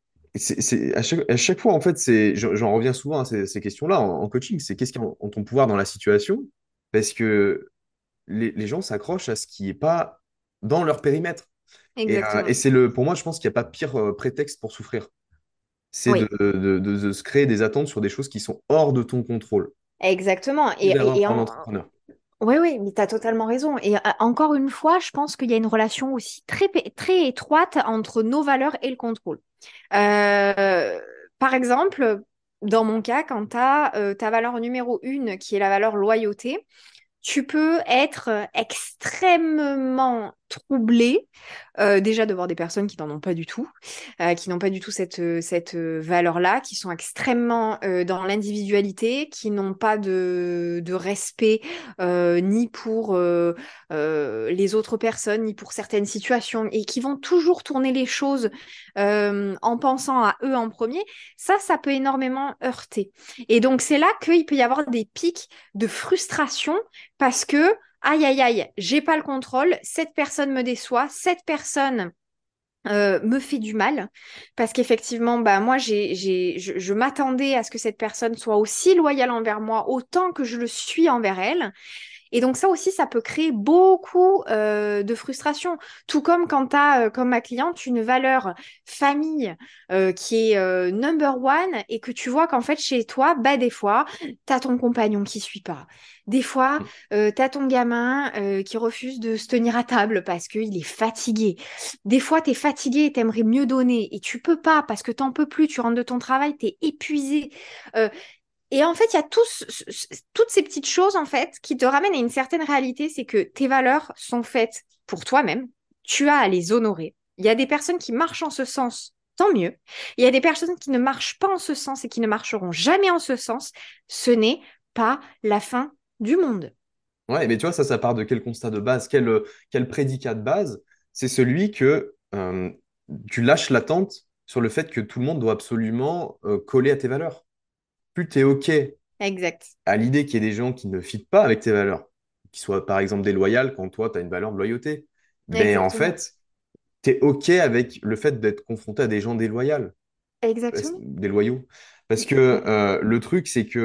à chaque fois, en fait, j'en reviens souvent à ces questions-là en coaching, c'est qu'est-ce qui est en ton pouvoir dans la situation? Parce que les gens s'accrochent à ce qui n'est pas dans leur périmètre. Et Exactement. pour moi, je pense qu'il n'y a pas pire prétexte pour souffrir. C'est Oui, de se créer des attentes sur des choses qui sont hors de ton contrôle. exactement. Une erreur pour un entrepreneur. Oui, oui, mais tu as totalement raison. Et encore une fois, je pense qu'il y a une relation aussi très étroite entre nos valeurs et le contrôle. Euh, Par exemple, dans mon cas, quand tu as ta valeur numéro une, qui est la valeur loyauté, tu peux être extrêmement troublé, déjà de voir des personnes qui n'en ont pas du tout, qui n'ont pas du tout cette valeur-là, qui sont extrêmement dans l'individualité, qui n'ont pas de respect ni pour les autres personnes, ni pour certaines situations, et qui vont toujours tourner les choses en pensant à eux en premier. Ça peut énormément heurter. Et donc c'est là qu'il peut y avoir des pics de frustration parce que, aïe, aïe, aïe, j'ai pas le contrôle, cette personne me déçoit, cette personne me fait du mal, parce qu'effectivement, bah, moi, je m'attendais à ce que cette personne soit aussi loyale envers moi, autant que je le suis envers elle. Et donc ça aussi, ça peut créer beaucoup de frustration. Tout comme quand tu as, comme ma cliente, une valeur famille qui est number one et que tu vois qu'en fait, chez toi, bah, des fois, tu as ton compagnon qui suit pas. Des fois, tu as ton gamin qui refuse de se tenir à table parce qu'il est fatigué. Des fois, tu es fatigué et tu aimerais mieux donner et tu peux pas parce que t'en peux plus, tu rentres de ton travail, tu es épuisé. Euh, et en fait, il y a toutes ces petites choses en fait qui te ramènent à une certaine réalité, c'est que tes valeurs sont faites pour toi-même. Tu as à les honorer. Il y a des personnes qui marchent en ce sens, tant mieux. Il y a des personnes qui ne marchent pas en ce sens et qui ne marcheront jamais en ce sens. Ce n'est pas la fin du monde. Ouais, mais tu vois, ça part de quel constat de base, quel prédicat de base? C'est celui que tu lâches l'attente sur le fait que tout le monde doit absolument coller à tes valeurs. Plus tu es OK Exact. à l'idée qu'il y ait des gens qui ne fitent pas avec tes valeurs, qui soient par exemple déloyales quand toi, tu as une valeur de loyauté, ben en Exactement. fait, tu es OK avec le fait d'être confronté à des gens déloyaux. Exactement. Déloyaux. Parce que le truc, c'est que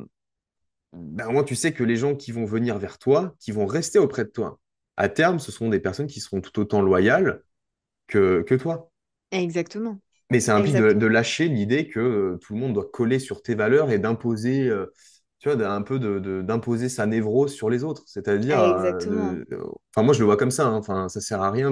ben, au moins, tu sais que les gens qui vont venir vers toi, qui vont rester auprès de toi, à terme, ce sont des personnes qui seront tout autant loyales que toi. Exactement. Mais ça implique de Exactement. lâcher l'idée que tout le monde doit coller sur tes valeurs et d'imposer, tu vois, un peu d'imposer sa névrose sur les autres. C'est-à-dire, Exactement. enfin, moi, je le vois comme ça, hein. Enfin, ça sert à rien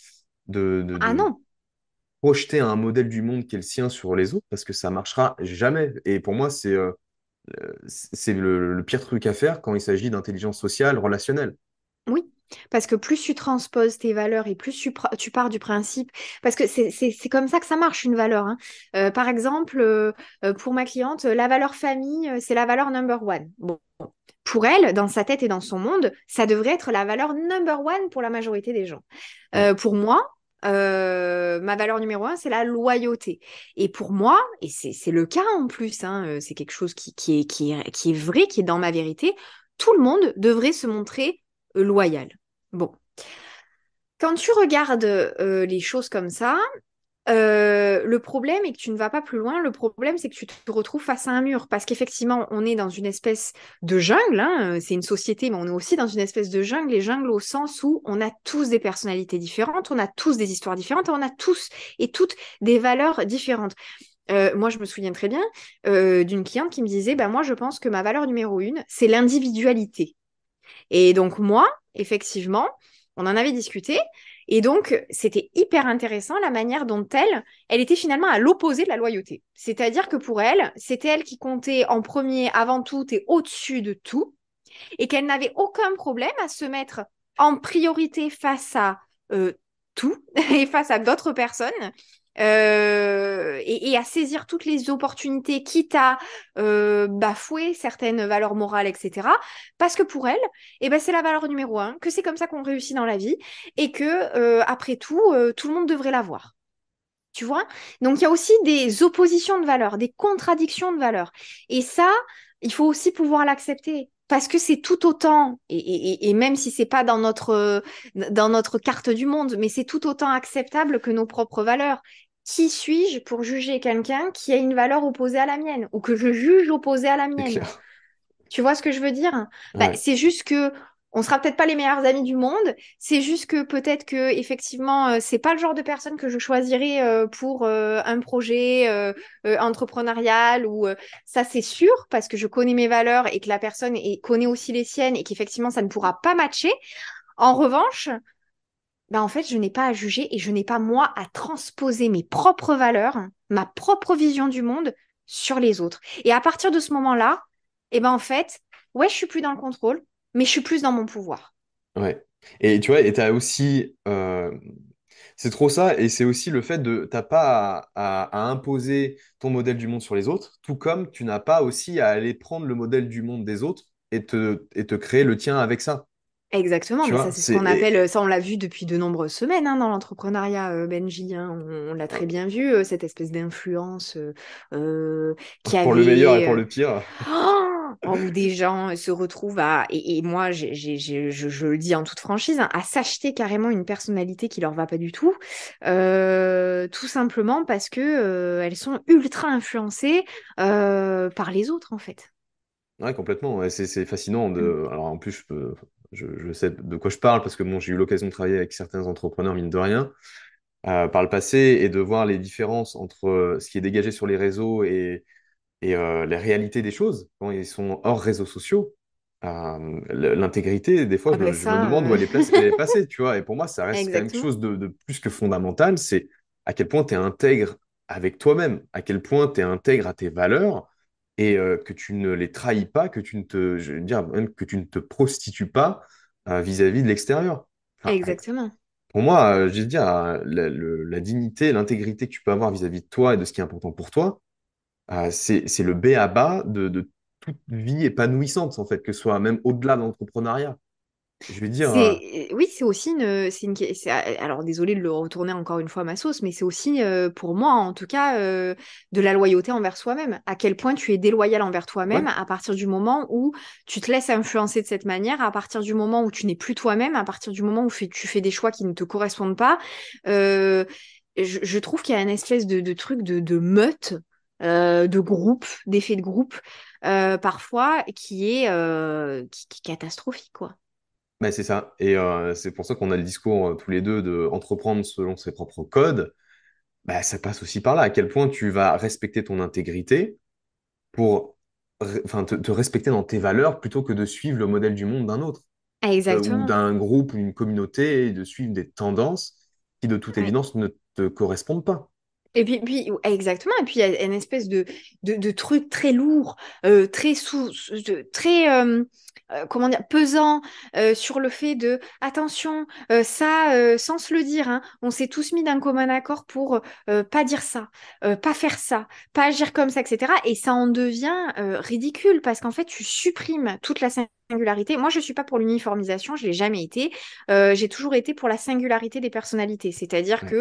Ah de non. projeter un modèle du monde qui est le sien sur les autres parce que ça marchera jamais. Et pour moi, c'est le pire truc à faire quand il s'agit d'intelligence sociale, relationnelle. Oui, parce que plus tu transposes tes valeurs et plus tu pars du principe, parce que c'est comme ça que ça marche une valeur, hein. Par exemple, pour ma cliente, la valeur famille, c'est la valeur number one. Bon, pour elle, dans sa tête et dans son monde, ça devrait être la valeur number one pour la majorité des gens. Mm. Pour moi, ma valeur numéro un, c'est la loyauté. Et pour moi, et c'est le cas en plus, hein, c'est quelque chose qui est vrai, qui est dans ma vérité, tout le monde devrait se montrer loyal. Bon, quand tu regardes les choses comme ça, le problème est que tu ne vas pas plus loin. Le problème, c'est que tu te retrouves face à un mur. Parce qu'effectivement, on est dans une espèce de jungle, hein. C'est une société, mais on est aussi dans une espèce de jungle. Et jungle au sens où on a tous des personnalités différentes, on a tous des histoires différentes, et on a tous et toutes des valeurs différentes. Moi, je me souviens très bien d'une cliente qui me disait, bah, moi, je pense que ma valeur numéro une, c'est l'individualité. Et donc moi, effectivement, on en avait discuté. Et donc, c'était hyper intéressant la manière dont elle était finalement à l'opposé de la loyauté. C'est-à-dire que pour elle, c'était elle qui comptait en premier, avant tout et au-dessus de tout, et qu'elle n'avait aucun problème à se mettre en priorité face à euh, tout et face à d'autres personnes. Et à saisir toutes les opportunités, quitte à bafouer certaines valeurs morales, etc. Parce que pour elle, eh ben, c'est la valeur numéro un, que c'est comme ça qu'on réussit dans la vie et que, après tout, tout le monde devrait l'avoir. tu vois? Donc, il y a aussi des oppositions de valeurs, des contradictions de valeurs. Et ça, il faut aussi pouvoir l'accepter. Parce que c'est tout autant, et même si c'est pas dans notre carte du monde, mais c'est tout autant acceptable que nos propres valeurs. Qui suis-je pour juger quelqu'un qui a une valeur opposée à la mienne ou que je juge opposée à la C'est mienne? clair. Tu vois ce que je veux dire? Bah, Ouais, c'est juste que on sera peut-être pas les meilleurs amis du monde. C'est juste que peut-être que effectivement, c'est pas le genre de personne que je choisirais pour un projet entrepreneurial ou ça c'est sûr parce que je connais mes valeurs et que la personne connaît aussi les siennes et qu'effectivement ça ne pourra pas matcher. En revanche, bah en fait, je n'ai pas à juger et je n'ai pas moi à transposer mes propres valeurs, ma propre vision du monde sur les autres. Et à partir de ce moment-là, eh ben en fait, ouais, je suis plus dans le contrôle, mais je suis plus dans mon pouvoir. ouais. Et tu vois, et t'as aussi, c'est trop ça, et c'est aussi le fait de, t'as pas à imposer ton modèle du monde sur les autres, tout comme tu n'as pas aussi à aller prendre le modèle du monde des autres et te créer le tien avec ça. Exactement, Tu mais ça, vois, c'est ce qu'on appelle, ça, on l'a vu depuis de nombreuses semaines hein, dans l'entrepreneuriat, Benji. Hein, on l'a très bien vu, cette espèce d'influence qui pour le meilleur et avait. pour le pire. Où des gens se retrouvent à. Et moi, je le dis en toute franchise, hein, à s'acheter carrément une personnalité qui leur va pas du tout. Tout simplement parce que elles sont ultra influencées par les autres, en fait. Ouais, complètement. Ouais, c'est fascinant de. Alors en plus, je sais de quoi je parle parce que bon, j'ai eu l'occasion de travailler avec certains entrepreneurs, mine de rien, par le passé et de voir les différences entre ce qui est dégagé sur les réseaux et les réalités des choses quand ils sont hors réseaux sociaux. L'intégrité, des fois, Ah ben je me ça, demande où elle est passée, tu vois. Et pour moi, ça reste quand même quelque exactement. chose de plus que fondamental. C'est à quel point tu es intègre avec toi-même, à quel point tu es intègre à tes valeurs et que tu ne les trahis pas, que tu ne te, je veux dire, même que tu ne te prostitues pas vis-à-vis de l'extérieur. Enfin, Exactement. pour moi, je veux dire, la dignité, l'intégrité que tu peux avoir vis-à-vis de toi et de ce qui est important pour toi, c'est le b.a.-ba de toute vie épanouissante, en fait, que ce soit même au-delà de l'entrepreneuriat. Je vais dire, Oui, c'est aussi alors désolé de le retourner encore une fois à ma sauce, mais c'est aussi pour moi en tout cas de la loyauté envers soi-même. À quel point tu es déloyal envers toi-même ouais, à partir du moment où tu te laisses influencer de cette manière, à partir du moment où tu n'es plus toi-même, à partir du moment où tu fais des choix qui ne te correspondent pas. Euh, je trouve qu'il y a une espèce de truc de meute, de groupe, d'effet de groupe parfois qui est catastrophique, quoi. mais c'est ça. Et c'est pour ça qu'on a le discours tous les deux de entreprendre selon ses propres codes. Bah, ça passe aussi par là. À quel point tu vas respecter ton intégrité pour enfin, te respecter dans tes valeurs plutôt que de suivre le modèle du monde d'un autre ou Exactement. d'un groupe ou une communauté et de suivre des tendances qui, de toute Ouais. évidence, ne te correspondent pas. Et exactement. Et puis, il y a une espèce de truc très lourd, très, comment dire, pesant sur le fait de, attention, ça, sans se le dire, hein, on s'est tous mis d'un commun accord pour pas dire ça, pas faire ça, pas agir comme ça, etc. Et ça en devient ridicule parce qu'en fait, tu supprimes toute la singularité. Moi, je suis pas pour l'uniformisation, je l'ai jamais été. J'ai toujours été pour la singularité des personnalités. C'est-à-dire Ouais, que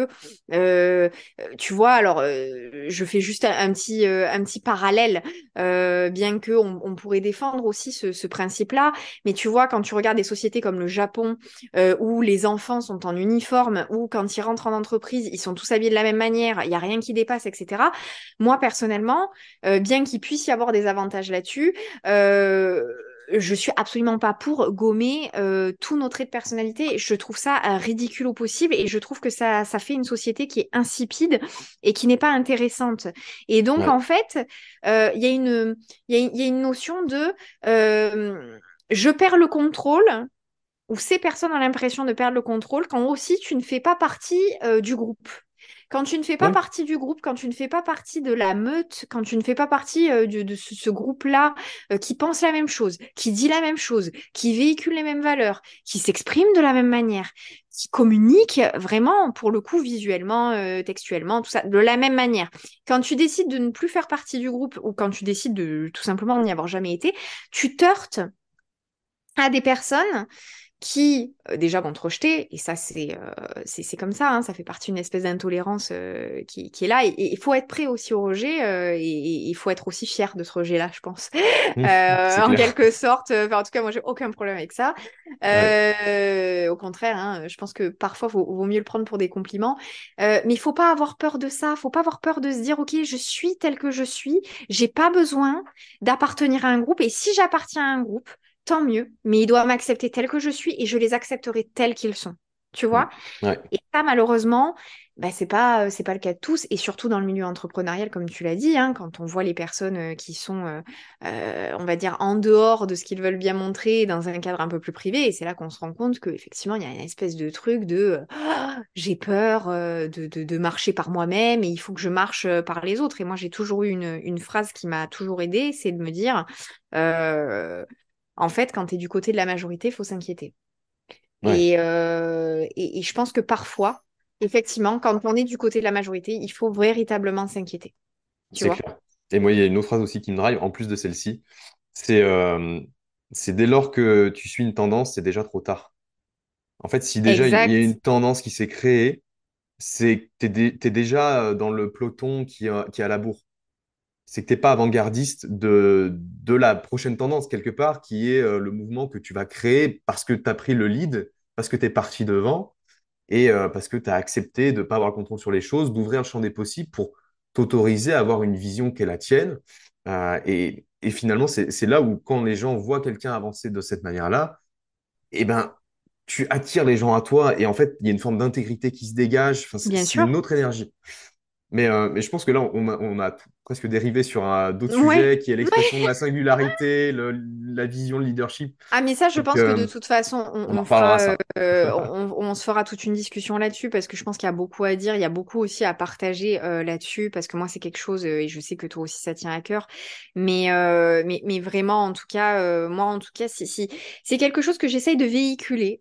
tu vois, alors je fais juste un petit parallèle, bien que on pourrait défendre aussi ce principe-là. Mais tu vois, quand tu regardes des sociétés comme le Japon, où les enfants sont en uniforme, où quand ils rentrent en entreprise, ils sont tous habillés de la même manière, il n'y a rien qui dépasse, etc. Moi, personnellement, bien qu'il puisse y avoir des avantages là-dessus, je suis absolument pas pour gommer tous nos traits de personnalité. Je trouve ça ridicule au possible et je trouve que ça fait une société qui est insipide et qui n'est pas intéressante. Et donc, ouais, en fait, il y a une notion de je perds le contrôle ou ces personnes ont l'impression de perdre le contrôle quand aussi tu ne fais pas partie du groupe. Quand tu ne fais pas ouais. partie du groupe, quand tu ne fais pas partie de la meute, quand tu ne fais pas partie de ce groupe-là qui pense la même chose, qui dit la même chose, qui véhicule les mêmes valeurs, qui s'exprime de la même manière, qui communique vraiment, pour le coup, visuellement, textuellement, tout ça, de la même manière. Quand tu décides de ne plus faire partie du groupe ou quand tu décides de tout simplement n'y avoir jamais été, tu te heurtes à des personnes qui déjà vont te rejeter, et ça c'est comme ça, hein, ça fait partie d'une espèce d'intolérance qui est là, et il faut être prêt aussi au rejet, et il faut être aussi fier de ce rejet-là, je pense. C'est En clair. quelque sorte, enfin, en tout cas moi j'ai aucun problème avec ça. Ouais, Au contraire, hein, je pense que parfois vaut mieux le prendre pour des compliments. Mais il faut pas avoir peur de ça, faut pas avoir peur de se dire ok, je suis tel que je suis, j'ai pas besoin d'appartenir à un groupe, et si j'appartiens à un groupe, tant mieux, mais ils doivent m'accepter tel que je suis et je les accepterai tels qu'ils sont. Tu mm, vois? ouais, Et ça, malheureusement, bah, c'est pas le cas de tous, et surtout dans le milieu entrepreneurial, comme tu l'as dit, hein, quand on voit les personnes qui sont, on va dire, en dehors de ce qu'ils veulent bien montrer, dans un cadre un peu plus privé, et c'est là qu'on se rend compte qu'effectivement, il y a une espèce de truc de ah, j'ai peur de marcher par moi-même, et il faut que je marche par les autres. Et moi, j'ai toujours eu une phrase qui m'a toujours aidée, c'est de me dire, euh, en fait, quand tu es du côté de la majorité, il faut s'inquiéter. ouais, Et je pense que parfois, effectivement, quand on est du côté de la majorité, il faut véritablement s'inquiéter. Tu c'est vois? clair. Et moi, il y a une autre phrase aussi qui me drive, en plus de celle-ci, c'est c'est dès lors que tu suis une tendance, c'est déjà trop tard. En fait, si déjà il y a Exact. une tendance qui s'est créée, c'est que t'es déjà dans le peloton qui est à la bourre. C'est que t'es pas avant-gardiste de la prochaine tendance, quelque part, qui est le mouvement que tu vas créer parce que tu as pris le lead, parce que tu es parti devant et parce que tu as accepté de ne pas avoir le contrôle sur les choses, d'ouvrir le champ des possibles pour t'autoriser à avoir une vision qui est la tienne. Et finalement, c'est là où, quand les gens voient quelqu'un avancer de cette manière-là, eh ben, tu attires les gens à toi et en fait, il y a une forme d'intégrité qui se dégage. Enfin, Bien c'est sûr. une autre énergie. Mais je pense que là, on a presque dérivé sur d'autres Ouais. sujets qui est l'expression de la singularité, la vision, le leadership. Ah, mais ça, je Donc, pense que de toute façon, on en reparlera ça. on se fera toute une discussion là-dessus, parce que je pense qu'il y a beaucoup à dire, il y a beaucoup aussi à partager là-dessus, parce que moi, c'est quelque chose, et je sais que toi aussi, ça tient à cœur. Mais vraiment, en tout cas, moi, en tout cas, si, c'est quelque chose que j'essaye de véhiculer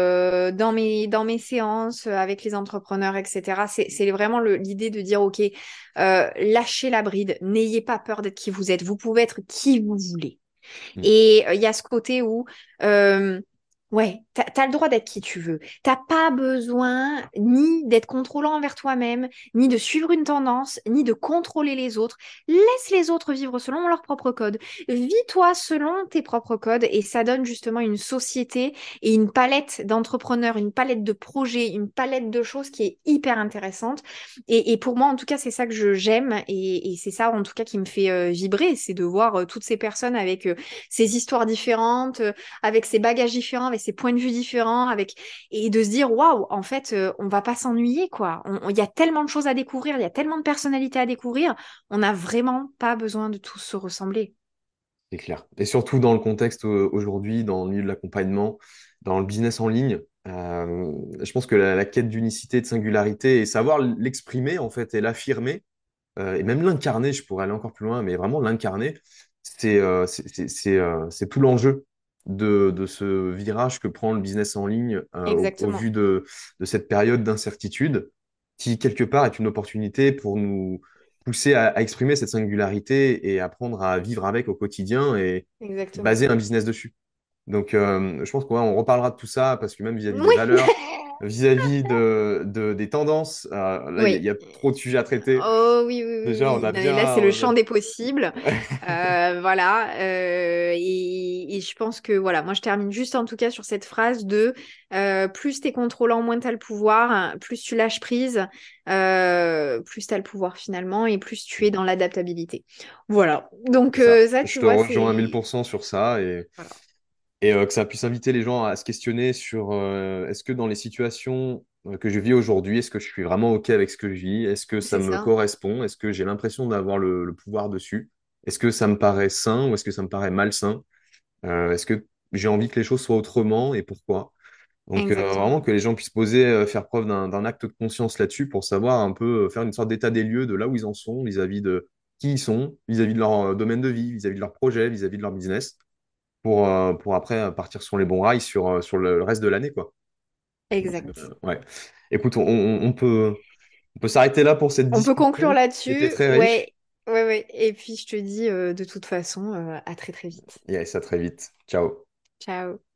dans mes séances avec les entrepreneurs, etc. C'est vraiment l'idée de dire, OK, lâchez la bride, n'ayez pas peur d'être qui vous êtes, vous pouvez être qui vous voulez. Mm. Et il y a ce côté où, euh, ouais, t'as le droit d'être qui tu veux. T'as pas besoin ni d'être contrôlant envers toi-même, ni de suivre une tendance, ni de contrôler les autres. Laisse les autres vivre selon leur propre code. Vis-toi selon tes propres codes, et ça donne justement une société et une palette d'entrepreneurs, une palette de projets, une palette de choses qui est hyper intéressante. Et pour moi, en tout cas, c'est ça que j'aime, et c'est ça, en tout cas, qui me fait vibrer, c'est de voir toutes ces personnes avec ses histoires différentes, avec ses bagages différents, avec ses points de vue différents, et de se dire waouh, en fait, on va pas s'ennuyer quoi. Il y a tellement de choses à découvrir, il y a tellement de personnalités à découvrir, on n'a vraiment pas besoin de tous se ressembler. C'est clair. Et surtout dans le contexte aujourd'hui, dans le milieu de l'accompagnement, dans le business en ligne, je pense que la quête d'unicité, de singularité et savoir l'exprimer en fait et l'affirmer, et même l'incarner, je pourrais aller encore plus loin, mais vraiment l'incarner, c'est tout l'enjeu de ce virage que prend le business en ligne au Exactement, vu de cette période d'incertitude, qui quelque part est une opportunité pour nous pousser à exprimer cette singularité et apprendre à vivre avec au quotidien et exactement. baser un business dessus. Donc, je pense qu'on reparlera de tout ça parce que même vis-à-vis des Oui, valeurs, vis-à-vis des tendances, là, il y oui. a trop de sujets à traiter. Oh oui, oui, oui, Déjà, on oui. a Non, mais là, bien. c'est le champ des possibles. Voilà. Et je pense que, voilà, moi, je termine juste en tout cas sur cette phrase de plus t'es contrôlant, moins t'as le pouvoir, hein, plus tu lâches prise, plus t'as le pouvoir finalement, et plus tu es dans l'adaptabilité. Voilà. Donc, C'est ça. ça, Je tu te vois, rejoins à c'est. 1000% sur ça Voilà. et que ça puisse inviter les gens à se questionner sur est-ce que dans les situations que je vis aujourd'hui, est-ce que je suis vraiment OK avec ce que je vis? Est-ce que ça C'est me ça. correspond? Est-ce que j'ai l'impression d'avoir le pouvoir dessus? Est-ce que ça me paraît sain ou est-ce que ça me paraît malsain? Est-ce que j'ai envie que les choses soient autrement et pourquoi? Donc Exactement. vraiment que les gens puissent faire preuve d'un acte de conscience là-dessus pour savoir un peu faire une sorte d'état des lieux de là où ils en sont vis-à-vis de qui ils sont, vis-à-vis de leur domaine de vie, vis-à-vis de leur projet, vis-à-vis de leur business, pour après partir sur les bons rails sur le reste de l'année, quoi. Donc, Exact. ouais. Écoute, on peut s'arrêter là pour cette On peut conclure discussion qui était là-dessus. très riche. Ouais. Ouais, ouais. Et puis, je te dis de toute façon, à très, très vite. Et ça très vite. Ciao. Ciao.